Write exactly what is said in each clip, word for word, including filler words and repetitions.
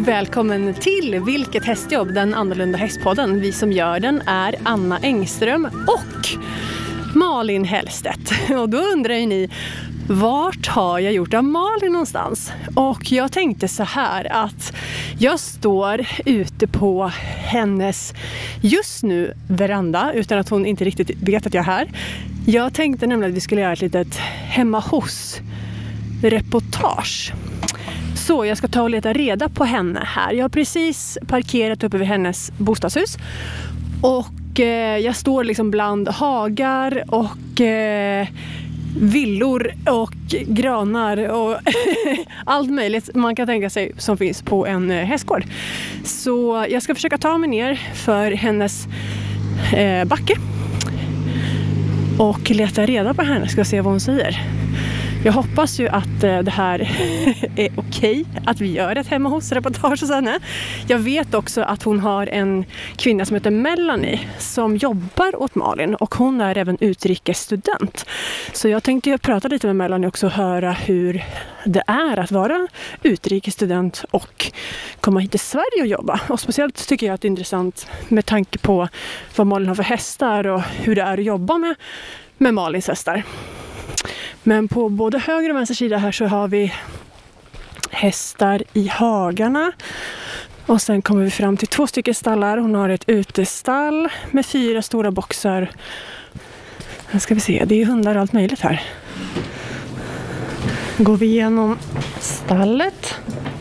välkommen till Vilket hästjobb, den annorlunda hästpodden. Vi som gör den är Anna Engström och Malin Hellstedt. Och då undrar ju ni, vart har jag gjort av Malin någonstans? Och jag tänkte så här att jag står ute på hennes just nu veranda utan att hon inte riktigt vet att jag är här. Jag tänkte nämligen att vi skulle göra ett litet hemma hos reportage. Så jag ska ta och leta reda på henne här. Jag har precis parkerat uppe vid hennes bostadshus. Och eh, jag står liksom bland hagar och eh, villor och granar och allt möjligt man kan tänka sig som finns på en eh, hästgård. Så jag ska försöka ta mig ner för hennes eh, backe. Och leta reda på henne, ska se vad hon säger. Jag hoppas ju att det här är okej, att vi gör ett hemma hos reportage hos henne. Jag vet också att hon har en kvinna som heter Melanie som jobbar åt Malin och hon är även utrikesstudent. Så jag tänkte ju prata lite med Melanie också och höra hur det är att vara utrikesstudent och komma hit till Sverige och jobba. Och speciellt tycker jag att det är intressant med tanke på vad Malin har för hästar och hur det är att jobba med, med Malins hästar. Men på både höger och vänster sida här så har vi hästar i hagarna. Och sen kommer vi fram till två stycken stallar. Hon har ett utestall med fyra stora boxar. Här ska vi se, det är hundar och allt möjligt här. Går vi igenom stallet.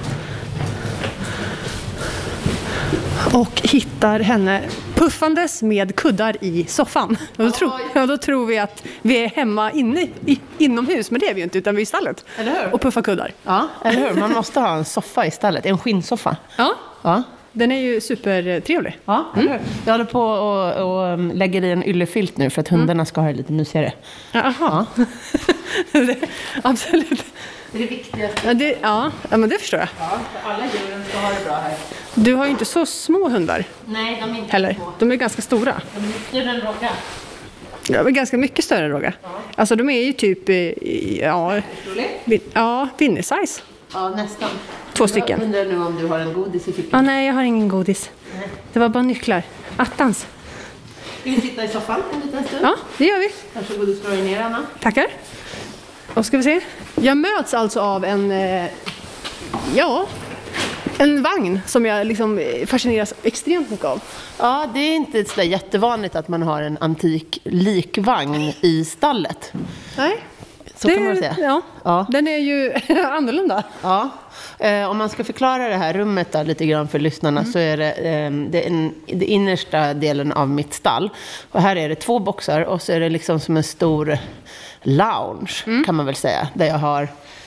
Och hittar henne puffandes med kuddar i soffan. Och då, tro, ja, då tror vi att vi är hemma inne, i, inomhus, men det är vi ju inte utan vi är i stallet. Eller hur? Och puffar kuddar. Ja, eller hur? Man måste ha en soffa i stallet, en skinnsoffa. Ja, ja. Den är ju supertrevlig. Ja, eller hur? Jag håller på och, och lägger i en yllefilt nu för att hundarna ska ha det lite mysigare. Jaha. Ja. det, absolut. Det är det viktigaste. Ja, det, ja, ja, men det förstår jag. Ja, för alla djuren ska ha det bra här. Du har ju inte så små hundar. Nej, de är inte heller. små. De är ganska stora. De är större än Rogga. Ja, men ganska mycket större än Rogga. Ja. Alltså de är ju typ, ja, vin, ja, Winnie-size. Ja, nästan. Två stycken. Jag undrar nu om du har en godis i fickan. Ja, nej, jag har ingen godis. Nej. Det var bara nycklar. Attans. Ska vi sitta i soffan en liten stund? Ja, det gör vi. Varsågod och slå dig ner, Anna. Tackar. Och ska vi se. Jag möts alltså av en, eh, ja, en vagn som jag liksom fascineras extremt mycket av. Ja, det är inte så jättevanligt att man har en antik likvagn i stallet. Nej. Så det, kan man säga. Ja, ja. Den är ju annorlunda. Ja, eh, om man ska förklara det här rummet då, lite grann för lyssnarna mm. så är det, eh, det, är en, det innersta delen av mitt stall. Och här är det två boxar och så är det liksom som en stor lounge mm. kan man väl säga. Där jag har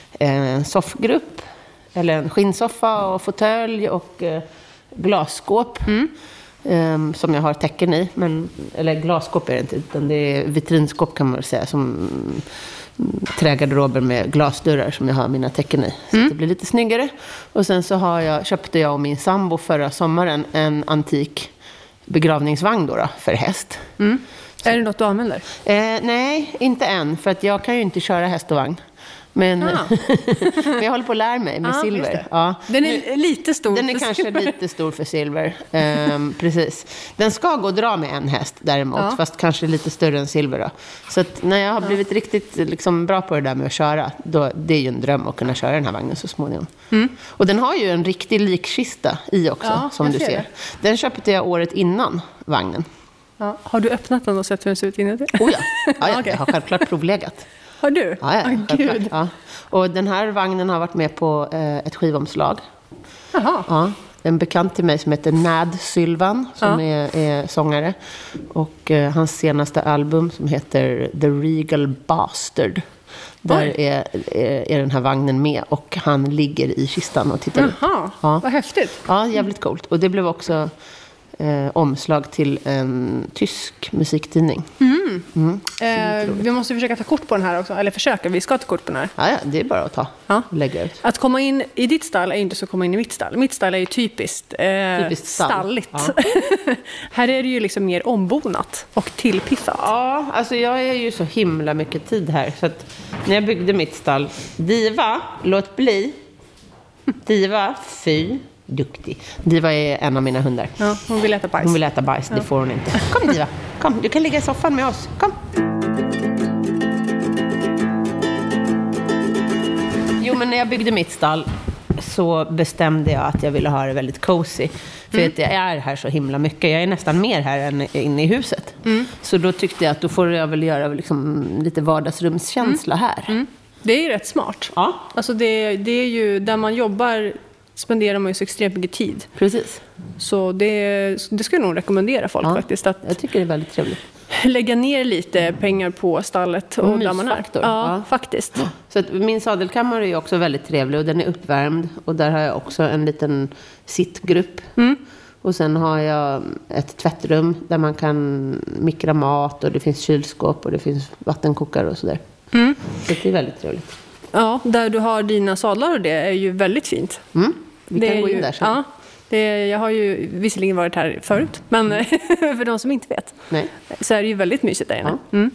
en soffgrupp eller en skinnsoffa och fåtölj och eh, glasskåp. Mm. Um, som jag har tecken i, men, eller glasskåp är det inte, utan det är vitrinskåp kan man väl säga, som mm, trägarderober med glasdörrar som jag har mina tecken i, så mm. att det blir lite snyggare. Och sen så har jag, köpte jag och min sambo förra sommaren en antik begravningsvagn då, då för häst. Mm. Är det något du använder? Eh, nej, inte än, för att jag kan ju inte köra häst och vagn. Men, ah. men jag håller på att lära mig med ah, silver. Ja. Den är lite stor. Den är kanske silver. lite stor för silver. Um, precis. Den ska gå och dra med en häst däremot. Ja. Fast kanske lite större än silver då. Så att när jag har ja. blivit riktigt liksom, bra på det där med att köra. Då, det är ju en dröm att kunna köra den här vagnen så småningom. Mm. Och den har ju en riktig likkista i också. Ja, som du ser. ser. Den köpte jag året innan vagnen. Ja. Har du öppnat den och sett hur den ser ut inuti? Oh ja. Ja, ja. Okay. Jag har självklart provlegat. Har du? Ja, ja, oh, Gud. Ja. Och den här vagnen har varit med på eh, ett skivomslag. Jaha. Ja, en bekant till mig som heter Nad Sylvan som ja. är, är sångare. Och eh, hans senaste album som heter The Regal Bastard. Där är, är, är den här vagnen med och han ligger i kistan och tittar ut. Jaha, ja. Vad häftigt. Ja, jävligt coolt. Och det blev också eh, omslag till en tysk musiktidning. Mm. Mm. Eh, vi måste försöka ta kort på den här också. Eller försöka, vi ska ta kort på den här. Ja, ja det är bara att ta ja. och lägga ut. Att komma in i ditt stall är inte så att komma in i mitt stall. Mitt stall är ju typiskt, eh, typiskt stall. stalligt. Ja. Här är det ju liksom mer ombonat och tillpiffat. Ja, alltså jag är ju så himla mycket tid här. Så att när jag byggde mitt stall, Diva, låt bli. Diva, fy. duktig. Diva är en av mina hundar. Ja, hon vill äta bajs. Hon vill äta bajs, ja. Det får hon inte. Kom Diva, kom, du kan ligga i soffan med oss. Kom. Jo, men när jag byggde mitt stall så bestämde jag att jag ville ha det väldigt cozy. För mm. att jag är här så himla mycket. Jag är nästan mer här än inne i huset. Mm. Så då tyckte jag att då får jag väl göra liksom lite vardagsrumskänsla mm. här. Mm. Det är ju rätt smart. Ja. Alltså det, det är ju, där man jobbar spenderar man ju så extremt mycket tid. Precis. Så det, det skulle jag nog rekommendera folk ja. faktiskt. Att jag tycker det är väldigt trevligt. Lägga ner lite pengar på stallet och, och där man är. Ja, ja, faktiskt. Ja. Så att min sadelkammare är ju också väldigt trevlig och den är uppvärmd. Och där har jag också en liten sittgrupp. Mm. Och sen har jag ett tvättrum där man kan mikra mat och det finns kylskåp och det finns vattenkokare och sådär. Mm. Så det är väldigt trevligt. Ja, där du har dina sadlar och det är ju väldigt fint. Mm. Vi det kan gå in ju, där sen. Ja, det, jag har ju visserligen varit här förut, men mm. för de som inte vet. Nej. Så är det ju väldigt mysigt där inne. Ja. Mm.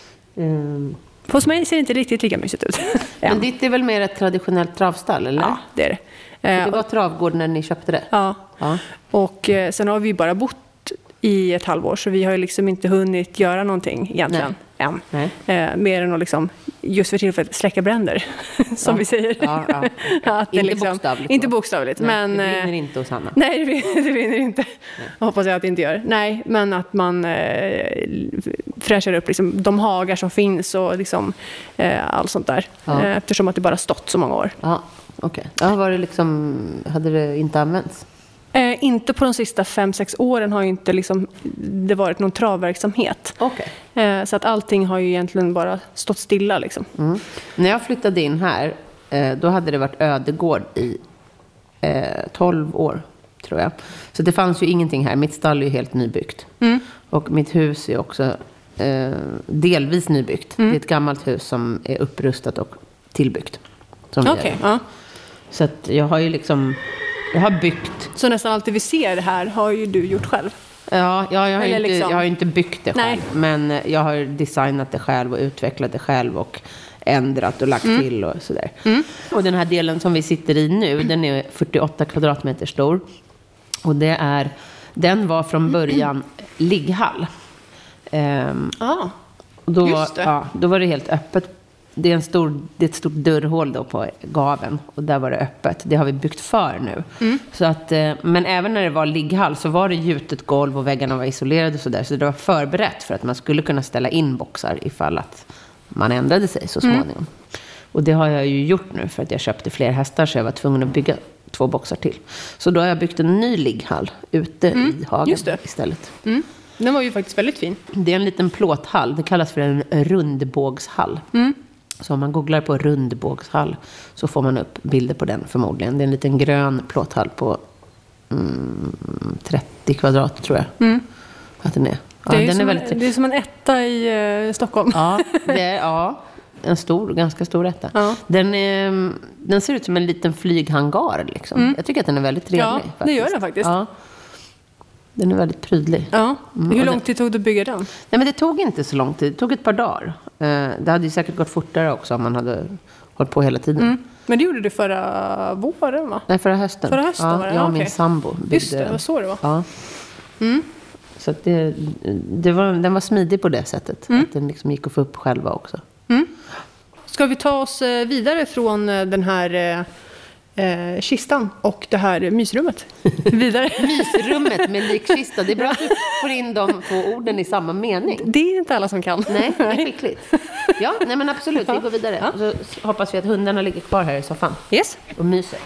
Um. Hos mig ser det inte riktigt lika mysigt ut. Ja. Men ditt är väl mer ett traditionellt travstall, eller? Ja, det är det. Så det var travgård när ni köpte det? Ja. ja. Och sen har vi bara bott i ett halvår, så vi har ju liksom inte hunnit göra någonting egentligen. än. Nej. Eh, mer än att liksom, just för tillfället släcka bränder, som ja. vi säger. Ja, ja. Att inte liksom, bokstavligt. Inte bokstavligt. Nej, men, det vinner inte hos Hanna. Nej, det vinner inte. Jag hoppas jag att det inte gör. Nej, men att man eh, fräschar upp liksom, de hagar som finns och liksom, eh, allt sånt där. Ja. Eh, eftersom att det bara stått så många år. Ja, okej. Okay. Ja, var det liksom, hade det inte använts? Eh, inte på de sista fem, sex åren har ju inte liksom, det varit någon travverksamhet. Okay. Eh, så att allting har ju egentligen bara stått stilla. Liksom. Mm. När jag flyttade in här, eh, då hade det varit ödegård i eh, tolv år, tror jag. Så det fanns ju ingenting här. Mitt stall är ju helt nybyggt. Mm. Och mitt hus är också eh, delvis nybyggt. Mm. Det är ett gammalt hus som är upprustat och tillbyggt. Okej, okay, ja. Så att jag har ju liksom... Jag har byggt. Så nästan allt det vi ser här har ju du gjort själv? Ja, ja jag, har inte, liksom... jag har inte byggt det själv. Nej. Men jag har designat det själv och utvecklat det själv och ändrat och lagt mm. till och sådär. Mm. Och den här delen som vi sitter i nu, den är fyrtioåtta kvadratmeter stor. Och det är, den var från början ligghall. Um, ah, då, just det. Ja, då var det helt öppet. Det är, en stor, det är ett stort dörrhål då på gaven. Och där var det öppet. Det har vi byggt för nu. Mm. Så att, men även när det var ligghall så var det gjutet golv och väggarna var isolerade och sådär. Så det var förberett för att man skulle kunna ställa in boxar ifall att man ändrade sig så småningom. Mm. Och det har jag ju gjort nu för att jag köpte fler hästar så jag var tvungen att bygga två boxar till. Så då har jag byggt en ny ligghall ute mm. i hagen istället. Mm. Den var ju faktiskt väldigt fin. Det är en liten plåthall. Det kallas för en rundbågshall. Mm. Så om man googlar på rundbågshall så får man upp bilder på den förmodligen. Det är en liten grön plåthall på mm, trettio kvadrat tror jag. Mm. Att den är. Ja, det, är den är väldigt... en, det är som en etta i uh, Stockholm. Ja, det är, ja, en stor, ganska stor etta. Ja. Den, är, den ser ut som en liten flyghangar. Liksom. Mm. Jag tycker att den är väldigt trevlig. Ja, faktiskt. Det gör den faktiskt. Ja. Den är väldigt prydlig. Ja. Mm. Hur lång tid tog det att bygga den? Nej, men det tog inte så lång tid. Det tog ett par dagar. Det hade ju säkert gått fortare också om man hade hållit på hela tiden. Mm. Men det gjorde du förra våren, va? Nej, förra hösten. Förra hösten ja, var det? Jag och okay. min sambo byggde. Just det, det var så det var. Ja. Mm. Så att det, det var, den var smidig på det sättet. Mm. Att den liksom gick att få upp själva också. Mm. Ska vi ta oss vidare från den här... Eh, kistan och det här mysrummet vidare. Mysrummet med likkista. Det är bra att du får in de två orden i samma mening. Det är inte alla som kan. Nej, det är skickligt. Ja, nej men absolut, vi går vidare. Ja. Och så hoppas vi att hundarna ligger kvar här i soffan. Yes. Och myser.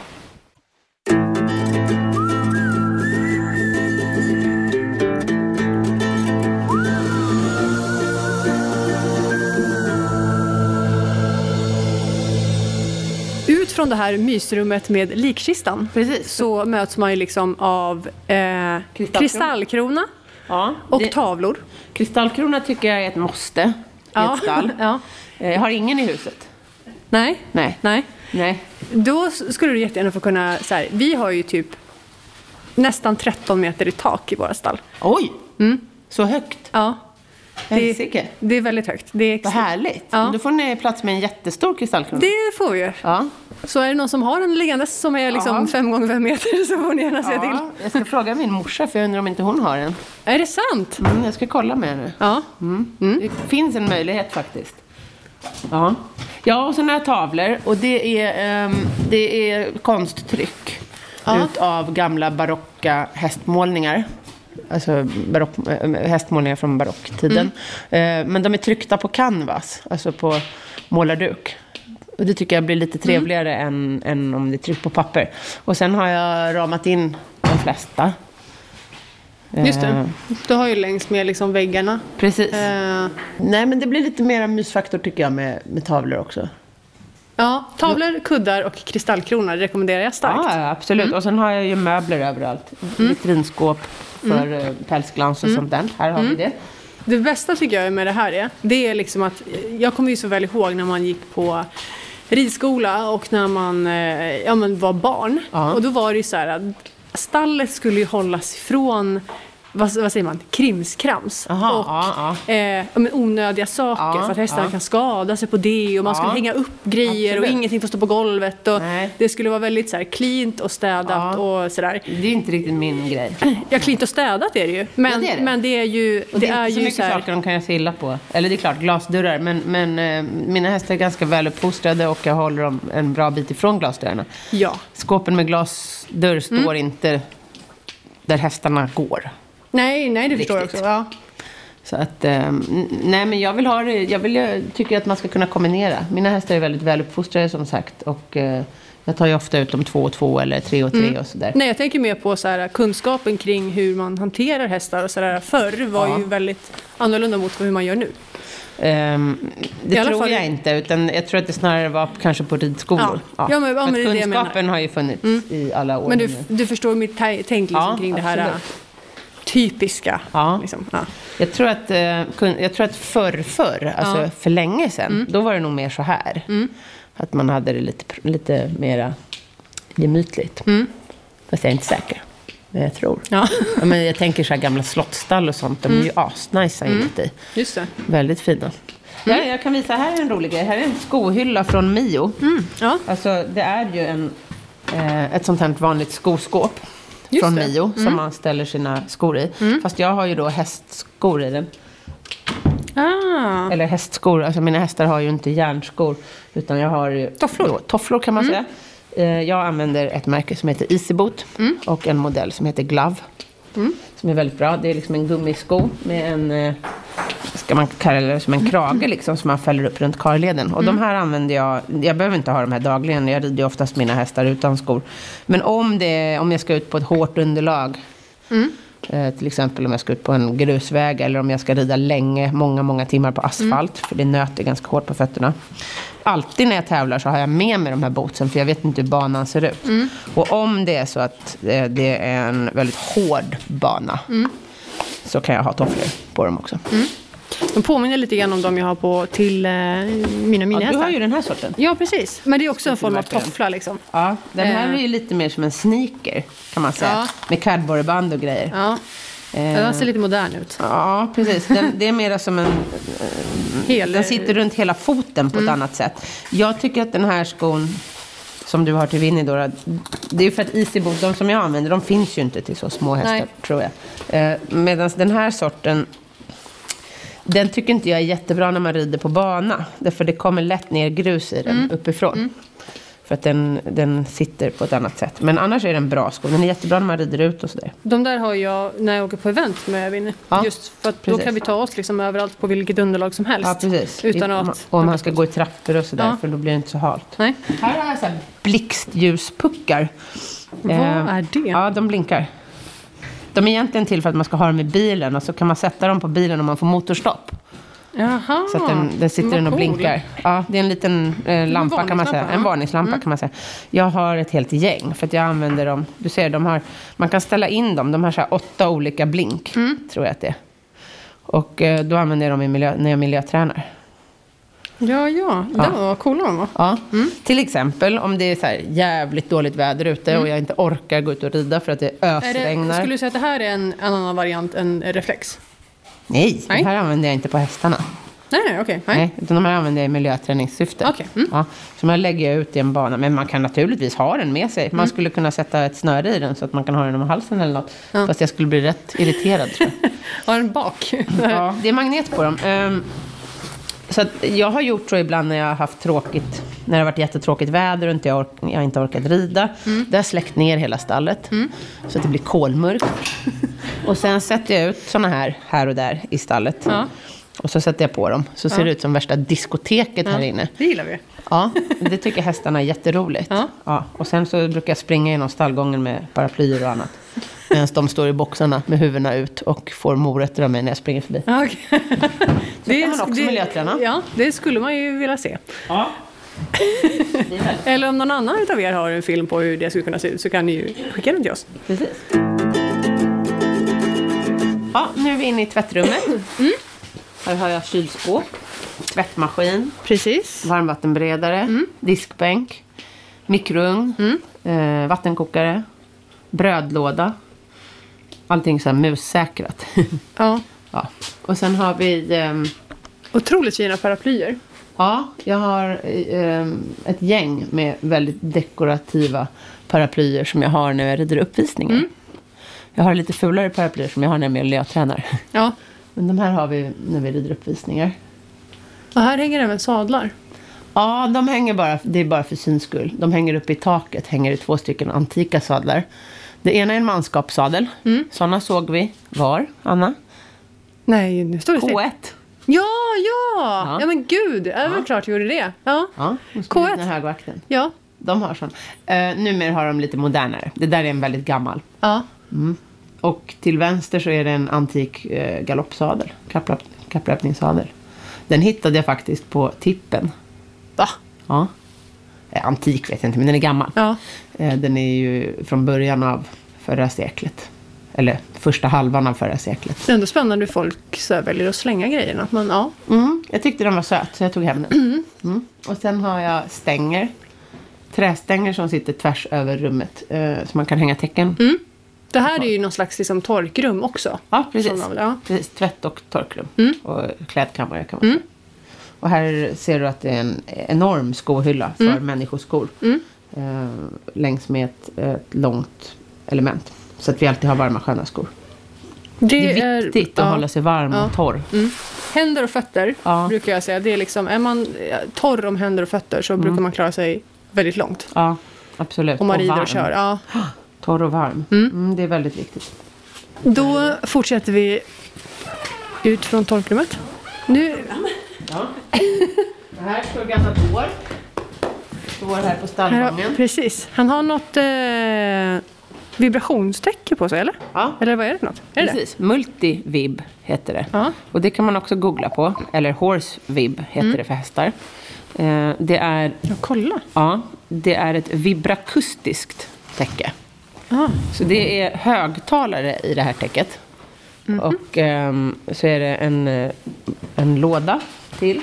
Från det här mysrummet med likkistan. Precis. Så möts man ju liksom av eh, kristallkrona ja, och det, tavlor. Kristallkrona tycker jag är ett måste i ja. ett stall. Ja. Jag har ingen i huset. Nej. Nej. Nej. Nej. Då skulle du jättegärna få kunna så här, vi har ju typ nästan tretton meter i tak i våra stall. Oj. Mm. Så högt. Ja. Det, det är väldigt högt. Det är Vad härligt. Ja. Då får ni plats med en jättestor kristallkrona. Det får vi. Ja. Så är det någon som har en liggandes som är liksom ja. fem gånger fem meter så får ni gärna säga ja. till. Jag ska fråga min morsa för jag undrar om inte hon har en. Är det sant? Mm, jag ska kolla med henne. Ja. Mm. Mm. Det finns en möjlighet faktiskt. Ja, ja och sådana här tavlor. Och det är, um, det är konsttryck ja. utav gamla barocka hästmålningar. Alltså barock, hästmålningar från barocktiden. Mm. Men de är tryckta på canvas, alltså på målarduk. Och det tycker jag blir lite trevligare mm. än, än om det är tryckt på papper. Och sen har jag ramat in de flesta. Just det. Du har ju längs med liksom väggarna. Precis. Uh. Nej, men det blir lite mer mysfaktor tycker jag med, med tavlor också. Ja, tavlor, kuddar och kristallkronor rekommenderar jag starkt. Ja, absolut. Mm. Och sen har jag ju möbler överallt. Mm. Vitrinskåp för mm. pälsglans och mm. sånt där. Här har mm. vi det. Det bästa tycker jag med det här är, det är liksom att, jag kommer ju så väl ihåg när man gick på ridskola och när man ja, men var barn. Ja. Och då var det ju så här att stallet skulle ju hållas ifrån Vad, vad säger man? Krimskrams. Aha, och ja, ja. Eh, men onödiga saker ja, för att hästarna ja. kan skada sig på det och man ja. skulle hänga upp grejer Absolut. och ingenting får stå på golvet och det skulle vara väldigt så här cleant och städat ja. och sådär. Det är inte riktigt min grej. Ja, cleant och städat är det ju. Men, ja, det, är det. men det är ju och det, det är, är så ju mycket så här... saker de kan jag se illa på. Eller det är klart, glasdörrar. Men, men eh, mina hästar är ganska väl uppfostrade och jag håller dem en bra bit ifrån glasdörrarna. Ja. Skåpen med glasdörr står mm. inte där hästarna går. Nej, nej det förstår jag också. Ja. Så att, eh, nej men jag vill ha det, jag vill jag tycker att man ska kunna kombinera. Mina hästar är väldigt väl uppfostrade som sagt och eh, jag tar ju ofta ut dem två och två eller tre och tre mm. och sådär. Nej, jag tänker mer på så här, kunskapen kring hur man hanterar hästar och sådär. Förr var ja. ju väldigt annorlunda mot hur man gör nu. Um, det tror fall... jag inte, utan jag tror att det snarare var kanske på ridskolor. Ja. Ja, men, ja, men det kunskapen har ju funnits mm. i alla år. Men du, du förstår mitt tänk liksom, ja, kring absolut. det här typiska. Ja. Liksom. Ja. Jag tror att, jag tror att förr, förr alltså ja. för länge sedan, mm. då var det nog mer så här. Mm. Att man hade det lite, lite mera gemytligt. Mm. Fast jag är inte säker. Men jag tror. Ja. Ja, men jag tänker så här gamla slottstall och sånt. De är mm. ju asnice mm. inuti. Just det. Väldigt fina. Mm. Ja, jag kan visa, här är en rolig grej. Här är en skohylla från Mio. Mm. Ja. Alltså det är ju en, eh, ett sånt här vanligt skoskåp. Just från det. Mio mm. som man ställer sina skor i. Mm. Fast jag har ju då hästskor i den. Ah. Eller hästskor. Alltså mina hästar har ju inte järnskor. Utan jag har ju tofflor, då, tofflor kan man mm. säga. Jag använder ett märke som heter Easyboot. Mm. Och en modell som heter Glove. Mm. Som är väldigt bra. Det är liksom en gummisko med en... Ska man kalla det som en krage liksom, som man fäller upp runt karleden. Och mm. de här använder jag, jag behöver inte ha de här dagligen, jag rider oftast mina hästar utan skor. Men om, det, om jag ska ut på ett hårt underlag, mm. eh, till exempel om jag ska ut på en grusväg eller om jag ska rida länge, många, många timmar på asfalt, mm. för det nöter ganska hårt på fötterna. Alltid när jag tävlar så har jag med mig de här bootsen för jag vet inte hur banan ser ut. Mm. Och om det är så att eh, det är en väldigt hård bana mm. så kan jag ha tofflor på dem också. Mm. De påminner lite grann om de jag har på till eh, mina mina ja, du har ju den här sorten. Ja, precis. Men det är också en form av toffla liksom. Ja, den här eh. är ju lite mer som en sneaker kan man säga. Ja. Med cardboardband och grejer. Ja, eh. den ser lite modern ut. Ja, precis. Den, det är mer som en... Hel... Den sitter runt hela foten på mm. ett annat sätt. Jag tycker att den här skon som du har till Winnie då, det är för att Easyboot, de som jag använder, de finns ju inte till så små hästar, Nej. tror jag. Eh, medan den här sorten... Den tycker inte jag är jättebra när man rider på bana. Därför det kommer lätt ner grus i den mm. uppifrån. Mm. För att den, den sitter på ett annat sätt. Men annars är den bra sko. Den är jättebra när man rider ut och sådär. De där har jag när jag åker på event med Winnie. Ja, just för att precis. Då kan vi ta oss liksom överallt på vilket underlag som helst. Ja, precis. Utan att... Och om man ska gå i trappor och sådär. Ja. För då blir det inte så halt. Nej. Här har jag så här blixtljuspuckar. Vad eh, är det? Ja, de blinkar. De är egentligen till för att man ska ha dem i bilen och så kan man sätta dem på bilen om man får motorstopp. Jaha, så att den, den sitter den och blinkar. Ja, det är en liten eh, lampa kan man säga. En varningslampa mm. kan man säga. Jag har ett helt gäng för att jag använder dem. Du ser, de har, man kan ställa in dem. De har så här åtta olika blink, mm. tror jag att det är. Och eh, då använder jag dem i miljö, när jag miljötränar. Ja, ja. Det var ja. coola de var. Ja. Mm. Till exempel om det är så här jävligt dåligt väder ute mm. och jag inte orkar gå ut och rida för att det ösregnar. Är det, skulle du säga att det här är en, en annan variant än reflex? Nej, Nej. det här använder jag inte på hästarna. Nej, nej, okej. Nej. Nej, utan de här använder jag i miljöträningssyfte. Okej, mm. Ja, så man lägger jag ut i en bana. Men man kan naturligtvis ha den med sig. Man Mm. skulle kunna sätta ett snöre i den så att man kan ha den om halsen eller något. Ja. Fast jag skulle bli rätt irriterad, tror jag. Har en bak. Ja, det är magnet på dem. Um, så att jag har gjort så ibland när jag har haft tråkigt, när det har varit jättetråkigt väder och inte jag, ork, jag har inte orkat rida. Mm. Där har jag släckt ner hela stallet mm. så att det blir kolmörkt. Och sen sätter jag ut såna här här och där i stallet. Ja. Och så sätter jag på dem. Så ser ja. det ut som värsta diskoteket ja. här inne. Det gillar vi. Ja, det tycker hästarna är jätteroligt. Ja. Ja, och sen så brukar jag springa genom stallgången med paraplyer och annat. Medan de står i boxarna med huvudena ut och får morötter av mig när jag springer förbi. Ja, okay. Det kan man också det, miljöträna. Ja, det skulle man ju vilja se. Ja. Eller om någon annan utav er har en film på hur det skulle kunna se ut så kan ni ju skicka den till oss. Precis. Ja, nu är vi inne i tvättrummet. Mm. Här har jag kylskåp, tvättmaskin, precis. varmvattenberedare, mm. diskbänk, mikrougn, mm. eh, vattenkokare, brödlåda. Allting så här mussäkrat. Ja. Ja. Och sen har vi... Eh, otroligt fina paraplyer. Ja, jag har eh, ett gäng med väldigt dekorativa paraplyer som jag har när jag rider uppvisningar. Mm. Jag har lite fulare paraplyer som jag har när jag är miljötränar. Ja. Men de här har vi när vi rider uppvisningar. Och här hänger även sadlar. Ja, de hänger bara, det är bara för syns skull. De hänger uppe i taket, hänger i två stycken antika sadlar. Det ena är en manskapssadel. Mm. Sådana såg vi var, Anna? Nej, nu står det K ett. Ja, ja, ja. Ja, men gud, jag är väl klart gjorde det. Ja, ja K ett. Den högvakten. Ja. De har sån. Uh, numera har de lite modernare. Det där är en väldigt gammal. Ja. Mm. Och till vänster så är det en antik uh, galoppsadel. Kapplöp, kapplöpningssadel. Den hittade jag faktiskt på tippen. Va? Ja. Eh, antik vet jag inte, men den är gammal. Ja. Uh, den är ju från början av förra seklet. Eller första halvan av förra seklet. Det är ändå spännande hur folk så väljer att slänga grejerna. Men, ja. Mm, jag tyckte den var söt så jag tog hem den. Mm. Mm. Och sen har jag stänger. Trästänger som sitter tvärs över rummet. Eh, så man kan hänga tecken. Mm. Det här är ju någon slags liksom, torkrum också. Ja, precis. Som, ja. precis. Tvätt- och torkrum. Mm. Och klädkammare kan man säga. Mm. Och här ser du att det är en enorm skohylla för mm. människoskor. Mm. Eh, längs med ett, ett långt element. Så att vi alltid har varma sköna skor. Det, det är viktigt är, att ja, hålla sig varm ja. och torr. Mm. Händer och fötter ja. brukar jag säga. Det är, liksom, är man torr om händer och fötter så mm. brukar man klara sig väldigt långt. Ja, absolut. Om man rider och kör. Ja. Torr och varm. Mm. Mm, det är väldigt viktigt. Då fortsätter vi ut från torkrummet. Nu... Ja. Det här står gamla dår. Står här på stallgången. Precis. Han har något... Eh... vibrationstäcke på sig, eller? Ja. Eller vad är det för något? Är Precis. Det? Multivib heter det. Ja. Och det kan man också googla på. Eller horsevib heter mm. det för hästar. Eh, det är... Ja, kolla. Ja, det är ett vibrakustiskt täcke. Ah. Så det är högtalare i det här täcket. Mm-hmm. Och eh, så är det en, en låda till.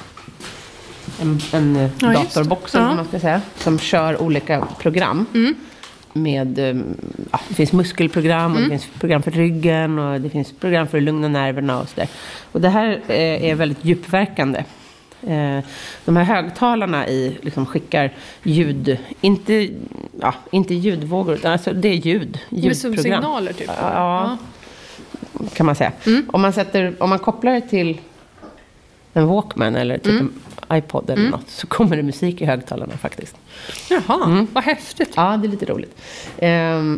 En, en ja, datorbox, eller vad man ska säga. Som kör olika program. Mm. Med, ja, det finns muskelprogram och mm. det finns program för ryggen och det finns program för att lugna nerverna och sådär. Och det här eh, är väldigt djupverkande. Eh, de här högtalarna i liksom skickar ljud, inte, ja, inte ljudvågor utan alltså det är ljud, ljudprogram. Som signaler typ? Ja, ja, kan man säga. Mm. Om man sätter, om man kopplar det till en Walkman eller typ mm. en iPod eller mm. något så kommer det musik i högtalarna faktiskt. Jaha, mm. vad häftigt. Ja, det är lite roligt. Um,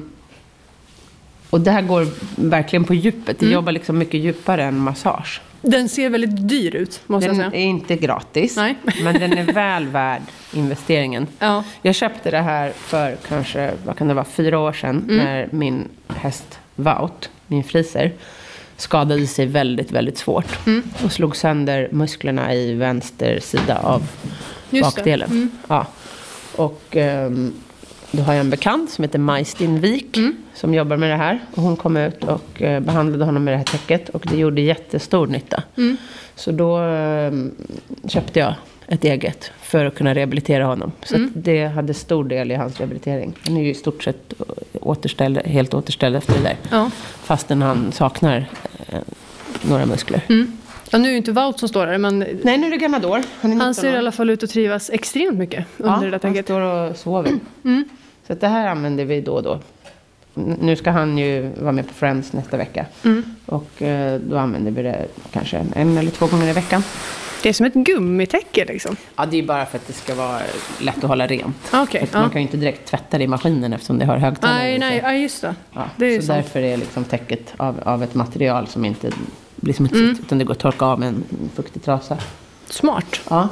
och det här går verkligen på djupet. Det mm. jobbar liksom mycket djupare än massage. Den ser väldigt dyr ut, måste den jag säga. Den är inte gratis, Nej. men den är väl värd investeringen. Ja. Jag köpte det här för kanske, vad kan det vara, fyra år sedan mm. när min häst Wout, min friser, skadade sig väldigt, väldigt svårt. Mm. Och slog sönder musklerna i vänster sida av Just bakdelen. Mm. Ja. Och um, då har jag en bekant som heter Majstin Wik mm. som jobbar med det här. Och hon kom ut och uh, behandlade honom med det här täcket. Och det gjorde jättestor nytta. Mm. Så då um, köpte jag ett eget för att kunna rehabilitera honom. Så mm. att det hade stor del i hans rehabilitering. Han är ju i stort sett återställd, helt återställd efter det där. Ja. Fastän han saknar eh, några muskler. Mm. Ja, nu är ju inte Wout som står där, men Nej, nu är det Ganador. Han, han ser i alla fall ut att trivas extremt mycket under ja, det där tänket. han står och sover. Mm. Så att det här använder vi då och då. Nu ska han ju vara med på Friends nästa vecka. Mm. Och eh, då använder vi det kanske en eller två gånger i veckan. Det är som ett gummitäcke liksom. Ja, det är bara för att det ska vara lätt att hålla rent. Okay, för att ja. Man kan ju inte direkt tvätta det i maskinen eftersom det har högtalare. Nej, nej, ja, just det. Ja, det är så sant. därför är liksom täcket av, av ett material som inte blir smutsigt. Mm. Utan det går att torka av med en fuktig trasa. Smart. Ja.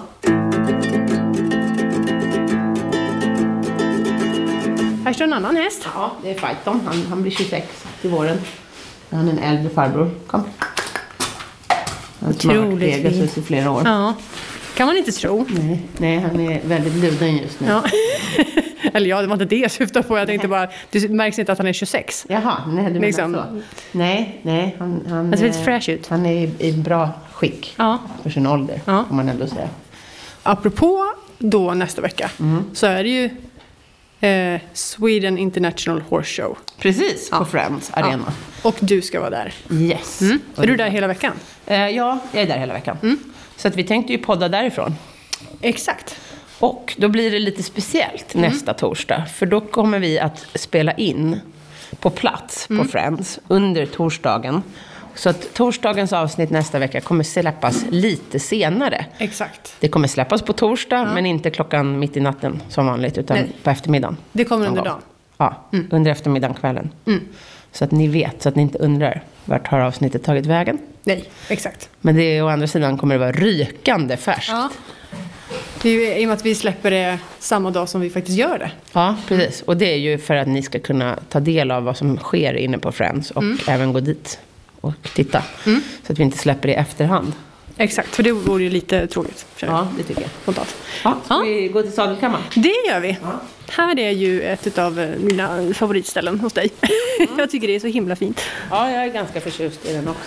Här står en annan häst. Ja, det är Fighton. Han, han blir tjugosex till våren. Han är en äldre farbror. Kom. Han har varit Pegasus i flera år. Ja, kan man inte tro. Nej, nej, han är väldigt luden just nu. Ja. Eller ja, det var inte det jag syftade på. Jag tänkte bara, det märks inte att han är tjugosex. Jaha, nej, du liksom. menar så. Nej, nej. Han, han, han ser lite fresh ut. Han är i, i bra skick ja. för sin ålder, ja. får man ändå säga. Apropå då nästa vecka, mm. så är det ju eh, Sweden International Horse Show. Precis, på ja. Friends Arena. Ja. Och du ska vara där. Yes. Mm. Är du där hela veckan? Eh, ja, jag är där hela veckan. Mm. Så att vi tänkte ju podda därifrån. Exakt. Och då blir det lite speciellt mm. nästa torsdag. För då kommer vi att spela in på plats mm. på Friends under torsdagen. Så att torsdagens avsnitt nästa vecka kommer släppas lite senare. Exakt. Det kommer släppas på torsdag, ja. men inte klockan mitt i natten som vanligt, utan Nej. på eftermiddagen. Det kommer under dagen? Ja, mm. under eftermiddagen, kvällen. Mm. Så att ni vet, så att ni inte undrar vart har avsnittet tagit vägen. Nej, exakt. Men det, å andra sidan kommer det vara rykande färskt. Ja. Det är ju i och med att vi släpper det samma dag som vi faktiskt gör det. Ja, precis. Och det är ju för att ni ska kunna ta del av vad som sker inne på Friends och mm. även gå dit och titta. Mm. Så att vi inte släpper det i efterhand. Exakt, för det vore ju lite tråkigt. Ja, det tycker jag. Spontant. Ja, ska ja. vi gå till sadelkammaren? Det gör vi. Ja. Här är ju ett av mina favoritställen hos dig. Mm. Jag tycker det är så himla fint. Ja, jag är ganska förtjust i den också.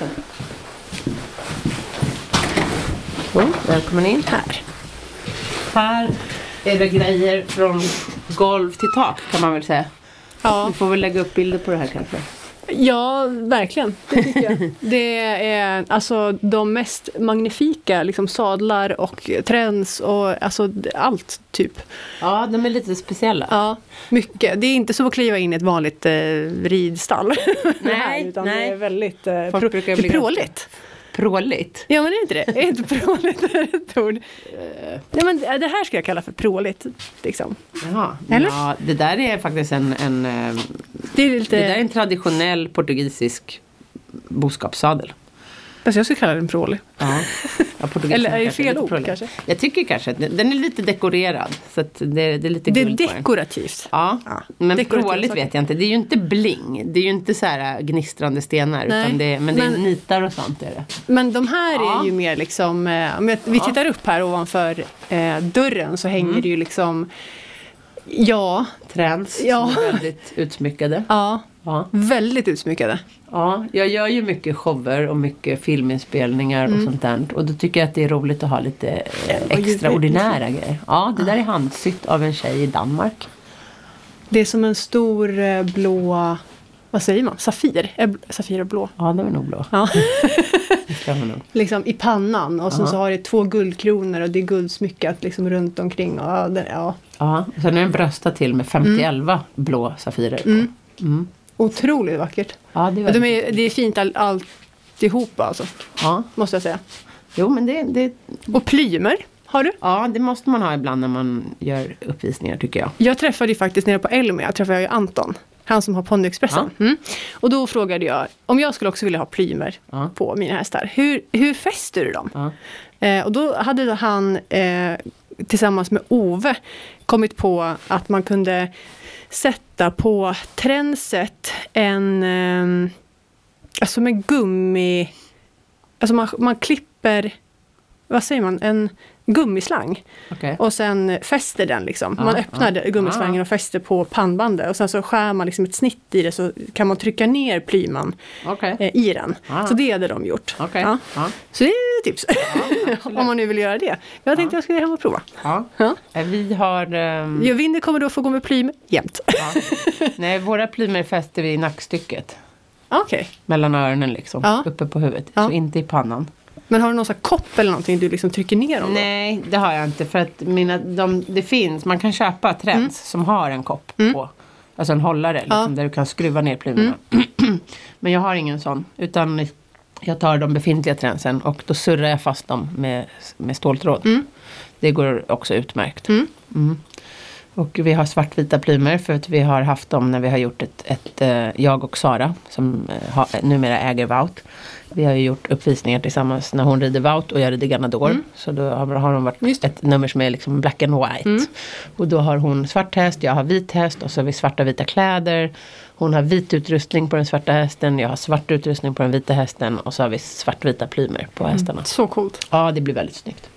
Så, välkommen in. Här. Här är det grejer från golv till tak, kan man väl säga. Ja. Vi får väl lägga upp bilder på det här kanske. Ja, verkligen. Det tycker jag. Det är alltså de mest magnifika liksom, sadlar och trends och alltså allt typ. Ja, de är lite speciella. Ja, mycket. Det är inte så att kliva in i ett vanligt eh, ridstall. Nej, här, utan nej. det är väldigt eh, pro- det är pråligt. Pråligt? Ja, men det är inte det. Är inte pråligt ett ord? Uh. Nej, men det här ska jag kalla för pråligt. Liksom. Jaha. Eller? Ja, det där är faktiskt en, en, det är lite... det där är en traditionell portugisisk boskapssadel. Alltså jag skulle kalla den prålig. Ja. Ja, eller är det fel ord kanske? Jag tycker kanske att den är lite dekorerad. Så att det, det är lite det är guld dekorativt. Ja, ja. Men pråligt vet jag inte. Det är ju inte bling. Det är ju inte så här gnistrande stenar. Utan det, men det är men, nitar och sånt. Är det. Men de här ja. är ju mer liksom... Eh, om vi tittar upp här ovanför eh, dörren så hänger mm. det ju liksom... Ja. Trends ja. som är väldigt utsmyckade. Ja. Ja. Väldigt utsmyckade. Ja, jag gör ju mycket shower och mycket filminspelningar mm. och sånt där. Och då tycker jag att det är roligt att ha lite extraordinära grejer. Ja, det där är handsytt av en tjej i Danmark. Det är som en stor blå, vad säger man? Safir? Är safir och blå? Ja, det är nog blå. Ja. Det ska man nog. Liksom i pannan och sen så har det två guldkronor och det är guldsmyckat liksom runt omkring. Och, ja, det, ja. Ja, och sen är det en brösta till med femtioelva mm. blå safirer på. Mm. Mm. Otroligt vackert. Ja, det är, ja, de är, det är fint all, alltihopa alltså. Ja. Måste jag säga. Jo, men det, det... Och plymer har du? Ja, det måste man ha ibland när man gör uppvisningar tycker jag. Jag träffade ju faktiskt nere på Elmia, jag träffade ju Anton. Han som har Ponnyexpressen. Ja. Mm. Och då frågade jag om jag skulle också vilja ha plymer ja. på mina hästar. Hur, hur fäster du dem? Ja. Eh, och då hade han eh, tillsammans med Ove kommit på att man kunde sätta på tränset en eh, alltså med gummi, alltså man, man klipper, vad säger man, en gummislang. Okay. Och sen fäster den liksom. Man ah, öppnar ah, gummislangen ah. och fäster på pannbandet. Och sen så skär man liksom ett snitt i det så kan man trycka ner plyman okay. eh, i den. Ah. Så det hade de gjort. Okay. Ja. Ah. Så det är ett tips. Ah, om man nu vill göra det. Jag tänkte ah. jag skulle hem och prova. Ah. Ja. Vi har... Um... Jag vinner kommer då få gå med plym jämt. Ah. Nej, våra plymer fäster vi i nackstycket. Okej. Okay. Mellan öronen liksom, ja. uppe på huvudet. Ja. Så inte i pannan. Men har du någon sån här kopp eller någonting du liksom trycker ner dem? Nej, det har jag inte. För att mina, de, det finns, man kan köpa Trends mm. som har en kopp mm. på. Alltså en hållare liksom, ja. där du kan skruva ner plymorna. Mm. Men jag har ingen sån. Utan jag tar de befintliga Trendsen och då surrar jag fast dem med, med ståltråd. Mm. Det går också utmärkt. Mm. Mm. Och vi har svartvita plymer för att vi har haft dem när vi har gjort ett, ett, ett jag och Sara som har, numera äger Wout. Vi har ju gjort uppvisningar tillsammans när hon rider Wout och jag rider Ganador. Mm. Så då har, har de varit ett nummer som är liksom black and white. Mm. Och då har hon svart häst, jag har vit häst och så har vi svarta vita kläder. Hon har vit utrustning på den svarta hästen, jag har svart utrustning på den vita hästen och så har vi svartvita plymer på hästarna. Mm. Så coolt. Ja, det blir väldigt snyggt.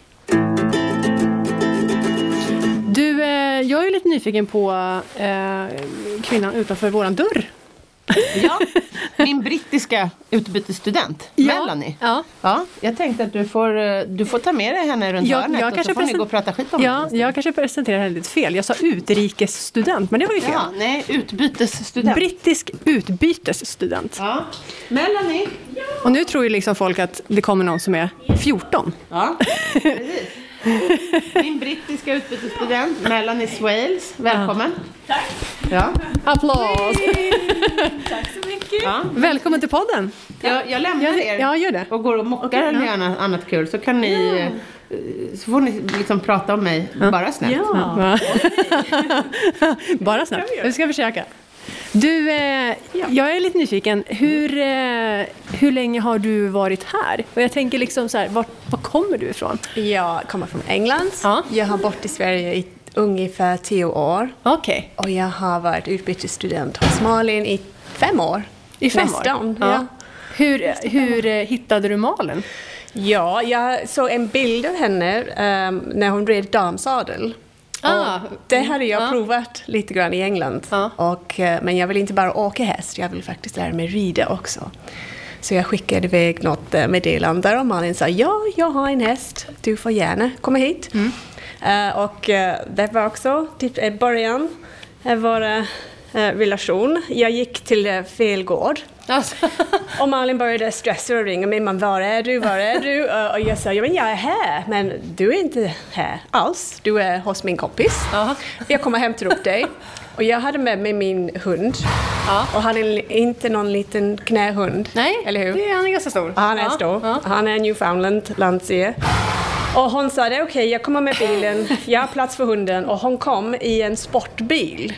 Du, eh, jag är lite nyfiken på eh, kvinnan utanför våran dörr. Ja, min brittiska utbytesstudent, ja. Melanie. Ja. Ja, jag tänkte att du får, du får ta med dig henne runt jag, hörnet jag och så får present- ni gå och prata skit om ja, det. Jag kanske presenterar henne lite fel. Jag sa utrikesstudent, men det var ju fel. Ja, nej, utbytesstudent. Brittisk utbytesstudent. Ja. Melanie. Ja. Och nu tror ju liksom folk att det kommer någon som är fjorton. Ja, precis. Min brittiska utbytesstudent Melanie Swales, välkommen. Ja. Tack. Ja. Applås. Tack så mycket. Ja. Välkommen till podden. Jag, jag lämnar er ja, gör det. och går och mockar okay, eller ja. annat, annat kul så kan ni ja. så får ni liksom prata om mig ja. bara snällt. Ja. Bara snällt. Vi ska försöka. Du, eh, ja. jag är lite nyfiken. Hur, eh, hur länge har du varit här? Och jag tänker liksom så här, var, var kommer du ifrån? Jag kommer från England. Ja. Jag har bott i Sverige i ungefär tio år. Okej. Okay. Och jag har varit utbytesstudent hos Malin i fem år. I fem Nästan, år? Ja. Ja. Hur, hur eh, hittade du Malin? Ja, jag såg en bild av henne um, när hon red damsadel. Ah, det hade jag ah. provat lite grann i England. Ah. Och, men jag vill inte bara åka häst, jag vill faktiskt lära mig rida också. Så jag skickade iväg något meddelande och Malin sa, ja, jag har en häst, du får gärna komma hit. Mm. Uh, och uh, det var också typ början av vår uh, relation. Jag gick till uh, fel gård. Alltså. Och Malin började stressa och ringa mig. Man, var är du? Var är du? Uh, och jag sa, ja, men jag är här. Men du är inte här alls. Du är hos min kompis. Uh-huh. Jag kommer hämta upp dig. Och jag hade med mig min hund. Uh-huh. Och han är inte någon liten knähund. Nej, eller hur? Det är, han är ganska stor. Han är uh-huh. stor. Uh-huh. Han är Newfoundland landser. Och hon sa, det är okej, okay, jag kommer med bilen. Jag har plats för hunden. Och hon kom i en sportbil.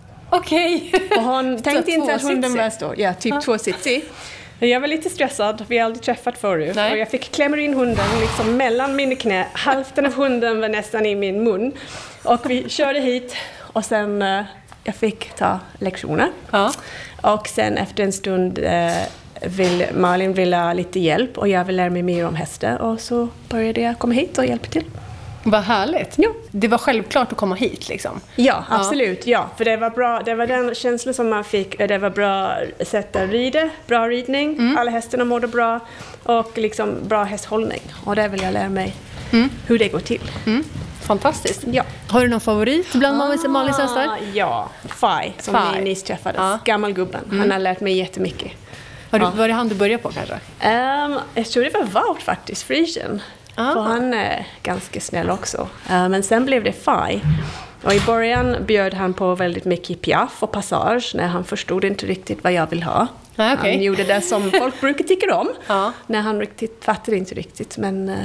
Okej. Okay. Och hon tänkte inte att hunden var stor. Ja, typ ja. två sitsi. Jag var lite stressad. Vi har aldrig träffat förut. Nej. Och jag fick klämma in hunden liksom mellan mina knä. Hälften av hunden var nästan i min mun. Och vi körde hit. Och sen uh, jag fick ta lektioner. Ja. Och sen efter en stund uh, vill Malin ville ha lite hjälp. Och jag vill lära mig mer om hästar. Och så började jag komma hit och hjälpa till. Vad härligt. Ja. Det var självklart att komma hit liksom. Ja, absolut. Ja, för det var bra. Det var den känslan som man fick. Det var bra sätt att rida, bra ridning. Mm. Alla hästarna mådde bra och liksom bra hästhållning. Och där vill jag lära mig mm. hur det går till. Mm. Fantastiskt. Ja. Har du någon favorit bland ah, Malins hästar? Ja, Fai som Fai. vi nyss träffades. Ah. Gammalgubben. Mm. Han har lärt mig jättemycket. Har du, ja. Var det han du började på kanske? Um, jag tror det var Wout faktiskt, Friesian. Ah. För han är ganska snäll också. Uh, men sen blev det Fai. Och i början bjöd han på väldigt mycket piaff och passage när han förstod inte riktigt vad jag vill ha. Ah, okay. Han gjorde det som folk brukar tycka om. Ah. När han riktigt fattade inte riktigt. Men uh,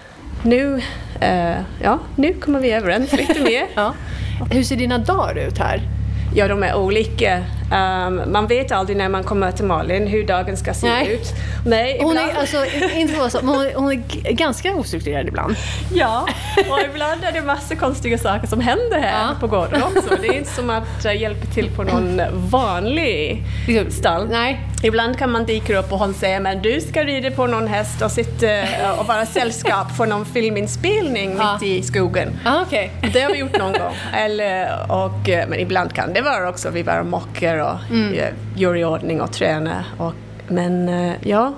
nu, uh, ja, nu kommer vi överens lite mer. Ja. Hur ser dina dagar ut här? Ja, de är olika. Um, man vet aldrig när man kommer till Malin hur dagen ska se Nej. ut. Nej, hon är, alltså, inte så, hon, hon är ganska ostrukturerad ibland. Ja, och ibland är det massa konstiga saker som händer här ja. på gården också. Det är inte som att uh, hjälpa till på någon vanlig stall. Nej. Ibland kan man dyka upp och hon säger, men du ska rida på någon häst och sitta uh, och vara sällskap för någon filminspelning ja. mitt i skogen. Ah, okay. Det har vi gjort någon gång. Eller, och, men ibland kan det vara också, vi bara mockar och mm. gör i ordning och tränar. Och, men ja,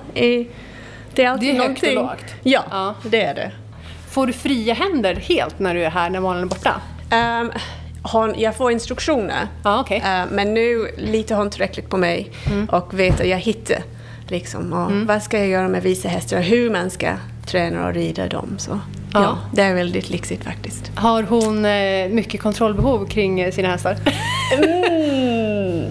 det är alltid det är någonting. Högt och lågt. Ja, ja, det är det. Får du fria händer helt när du är här, när Malin är borta? Um, hon, jag får instruktioner. Ah, okay. uh, men nu litar hon tillräckligt på mig mm. och vet att jag hittar liksom, och mm. vad ska jag göra med visa hästar, hur man ska träna och rida dem. Så ja, ja det är väldigt lyxigt faktiskt. Har hon eh, mycket kontrollbehov kring sina hästar? Mm.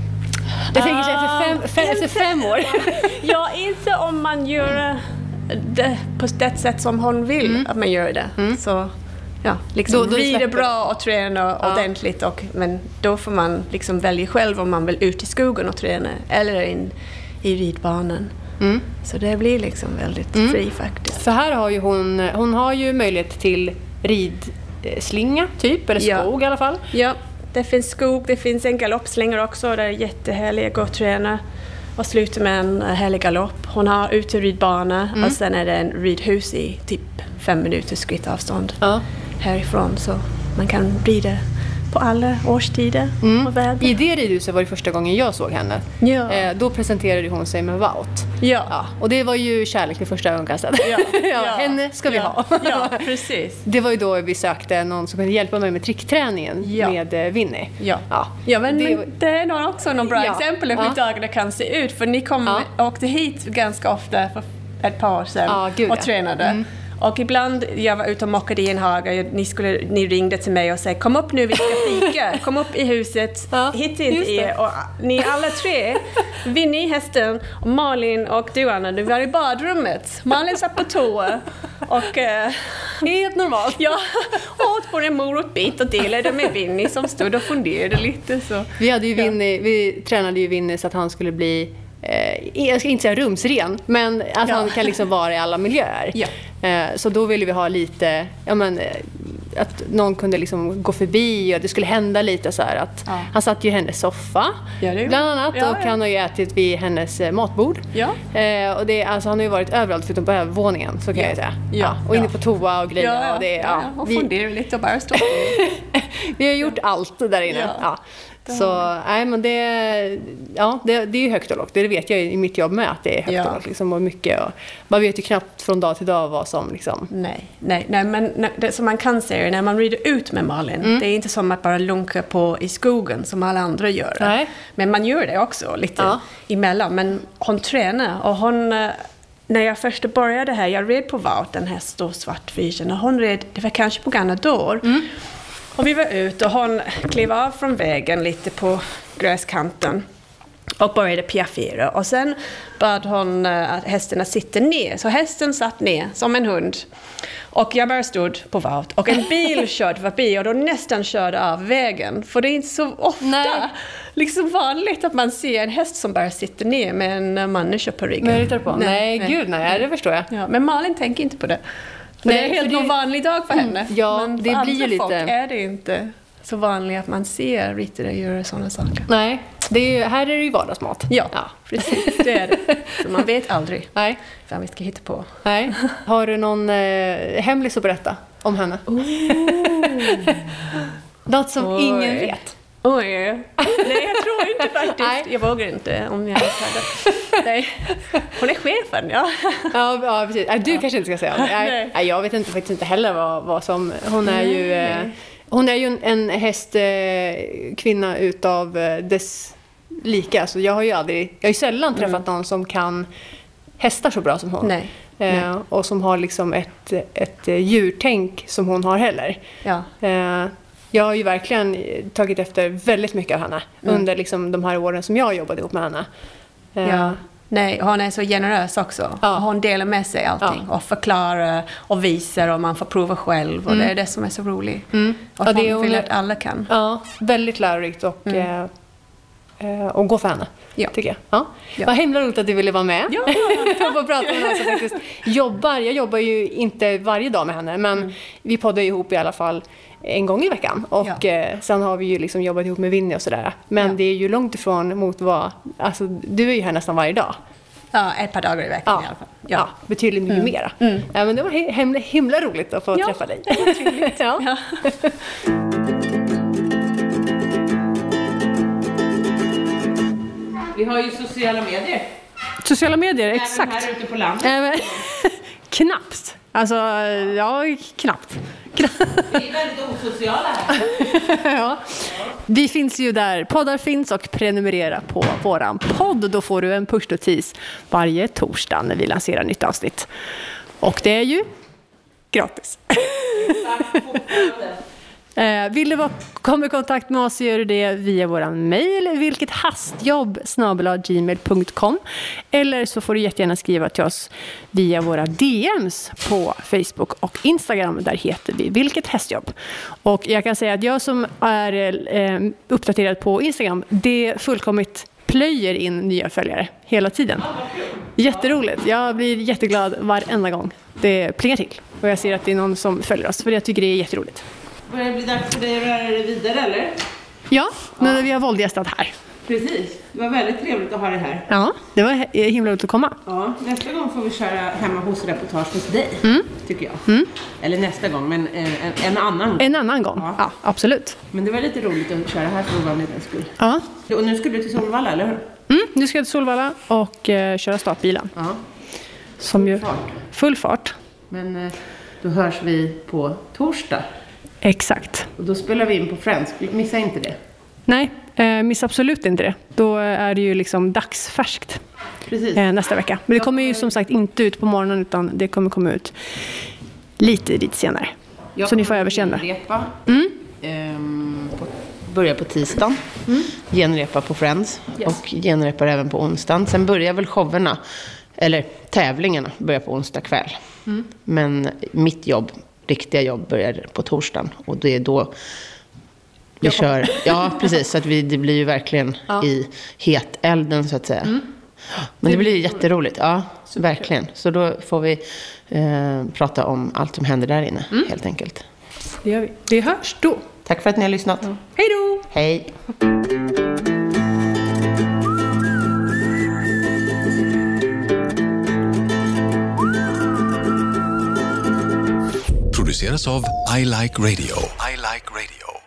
Jag tänker sig efter fem, fem, efter fem år. Ja, inte om man gör det på det sätt som hon vill mm. att man gör det. Mm. Så ja, liksom då, då rider bra och träna ja. ordentligt. Och, men då får man liksom välja själv om man vill ut i skogen och träna eller in i ridbanan. Mm. Så det blir liksom väldigt mm. fri faktiskt. För här har ju hon, hon har ju möjlighet till ridslinga typ, eller skog ja. i alla fall. Ja. Det finns skog, det finns en galoppslängare också där är jättehärliga att gå och träna och sluta med en härlig galopp. Hon har uteridbana mm. och sen är det en ridhus i typ fem minuters skrittavstånd ja. härifrån. Så man kan rida på alla årstider mm. och väder. I det ridhuset var det första gången jag såg henne. Ja. Eh, då presenterade hon sig med Wout. Ja. ja. Och det var ju kärlek vid första ögonkastet. Ja. ja, ja. Henne ska vi ja. ha. Ja, precis. Det var ju då vi sökte någon som kunde hjälpa mig med trickträningen ja. med eh, Winnie. Ja, ja. ja men, det, men det är nog också någon bra ja. exempel på hur ja. dagarna kan se ut. För ni kom, ja. åkte hit ganska ofta för ett par år sedan ja, gud, och ja. tränade. Mm. Och ibland, jag var ute och mockade i en hage, ni, skulle, ni ringde till mig och sa kom upp nu, vi ska fika, kom upp i huset, ja, hitta inte er. Och ni alla tre, Winnie, hästen, och Malin och du Anna, du var i badrummet. Malin satt på toa och... Uh, helt normalt. Ja, åt på en morotbit och delade med Winnie som stod och funderade lite. Så. Vi, hade ju Winnie, ja. vi tränade ju Winnie så att han skulle bli... jag ska inte säga rumsren, men att ja. han kan liksom vara i alla miljöer. Ja. Så då ville vi ha lite, ja men, att någon kunde liksom gå förbi och det skulle hända lite så här att ja. han satt ju i hennes soffa ja, bland annat ja, och ja. han har ju ätit vid hennes matbord. Ja. Och det, alltså, han har ju varit överallt förutom på övervåningen, så kan ja. jag säga. Ja. Ja. Och inne på toa och grejer. Ja, ja. Och, det, ja. Ja. och vi... funderar lite och bara stå. Vi har gjort allt där inne. Ja. Ja. Så nej, men det, ja, det, det är ju högt och lågt. Det vet jag i mitt jobb med att det är högt ja. och lågt liksom, och mycket. Och man vet ju knappt från dag till dag vad som liksom... Nej, nej, nej men det som man kan säga när man rider ut med Malin, mm. det är inte som att bara lunka på i skogen som alla andra gör. Nej. Men man gör det också lite ja. emellan. Men hon tränar och hon... När jag först började här, jag red på Wout, den här stor svartfysen, och hon red, det var kanske på Ganador. Mm. Och vi var ute och hon klev av från vägen lite på gräskanten och började piaffera. Och sen bad hon att hästarna sitta ner. Så hästen satt ner som en hund. Och jag bara stod på Wout. Och en bil körde förbi och då nästan körde av vägen. För det är inte så ofta nej. liksom vanligt att man ser en häst som bara sitter ner med en människa på ryggen. Nej, på. nej, nej, nej gud nej, det förstår jag. Ja, men Malin tänker inte på det. För nej, det är helt det... vanlig dag för henne. Ja, men för det andra blir ju lite... folk är det inte så vanligt att man ser ryttare göra sådana saker. Nej, det är ju, här är det ju vardagsmat. Ja, ja, precis. Det är det. Så man vet aldrig nej. vad vi ska hitta på. Nej. Har du någon eh, hemlis att berätta om henne? Oh. Något som Oj. ingen vet. Oj, nej jag tror inte faktiskt. Nej. Jag vågar inte om jag hade. Nej. Hon är chefen, ja. Ja, ja precis. Nej, du ja. kanske inte ska säga det. Nej. Nej, jag vet inte faktiskt inte heller vad, vad som... Hon är ju, eh, hon är ju en, en hästkvinna eh, utav eh, dess lika. Så jag har ju aldrig... Jag har ju sällan träffat mm. någon som kan hästar så bra som hon. Nej. Eh, Nej. Och som har liksom ett, ett djurtänk som hon har heller. Ja. Eh, Jag har ju verkligen tagit efter väldigt mycket av henne mm. under liksom de här åren som jag jobbade ihop med henne. Ja. Nej, hon är så generös också. Ja. Hon delar med sig allting ja. och förklarar och visar och man får prova själv. Och mm. det är det som är så roligt. Mm. Och ja, hon vill att alla kan. Ja, väldigt lärorikt och, mm. eh, och gå för henne, ja. tycker jag. Ja. Ja. Vad himla roligt att du ville vara med. Ja, jag får prata med någon som faktiskt jobbar. Jag jobbar ju inte varje dag med henne, men mm. vi poddar ihop i alla fall en gång i veckan. Och ja. eh, sen har vi ju liksom jobbat ihop med Winnie och sådär. Men ja. det är ju långt ifrån mot vad... Alltså, du är ju här nästan varje dag. Ja, ett par dagar i veckan ja. i alla fall. Ja, ja betydligt mycket mm. mera. Mm. Ja, men det var himla, himla roligt att få ja, träffa dig. Ja, det var trevligt. ja. ja. Vi har ju sociala medier. Sociala medier, även exakt. Även här ute på landet. Även... Knappt. Alltså, ja, knappt. Vi är väldigt osociala här. Ja. Vi finns ju där poddar finns och prenumerera på våran podd. Då får du en push-notis varje torsdag när vi lanserar nytt avsnitt. Och det är ju gratis. Eh, vill du vara, komma i kontakt med oss så gör du det via våran mejl vilket hastjobb snabel-a gmail punkt com eller så får du jättegärna skriva till oss via våra D Ms på Facebook och Instagram. Där heter vi vilket hästjobb. Och jag kan säga att jag som är eh, uppdaterad på Instagram, det fullkomligt plöjer in nya följare hela tiden. Jätteroligt. Jag blir jätteglad varenda gång det plingar till och jag ser att det är någon som följer oss, för jag tycker det är jätteroligt. Börjar det bli dags för dig att röra dig vidare, eller? Ja, nu när vi har våldgästat här. Precis. Det var väldigt trevligt att ha dig här. Ja, det var himla roligt att komma. Ja, nästa gång får vi köra hemma hos reportage hos dig, Mm. tycker jag. Mm. Eller nästa gång, men en, en, en annan gång. En annan gång, Ja. ja, absolut. Men det var lite roligt att köra här för ovanlighetens skull. Ja. Och nu skulle du till Solvalla, eller hur? Mm, nu ska jag till Solvalla och eh, köra startbilen. Ja. Som ju, fart. full fart. Men eh, då hörs vi på torsdag. Exakt. Och då spelar vi in på Friends. Missa inte det. Nej, eh, missa absolut inte det. Då är det ju liksom dagsfärskt Precis. eh, nästa vecka. Men det kommer ju som sagt inte ut på morgonen utan det kommer komma ut lite, lite senare. Jag Så ni får överkänna. Genrepa. Mm. Ehm, på, börjar på tisdagen. Mm. Genrepa på Friends. Yes. Och genrepar även på onsdagen. Sen börjar väl showerna, eller tävlingarna, börjar på onsdag kväll. Mm. Men mitt jobb, riktiga jobb, börjar på torsdagen. Och det är då vi Jag kör. Ja, precis. Så att vi, det blir ju verkligen Ja. i hetelden, så att säga. Mm. Men det blir jätteroligt. Ja, verkligen. Så då får vi eh, prata om allt som händer där inne, Mm. helt enkelt. Det gör vi. Det hörs då. Tack för att ni har lyssnat. Ja. Hej då! Hej! Produceras av I Like Radio. I Like Radio.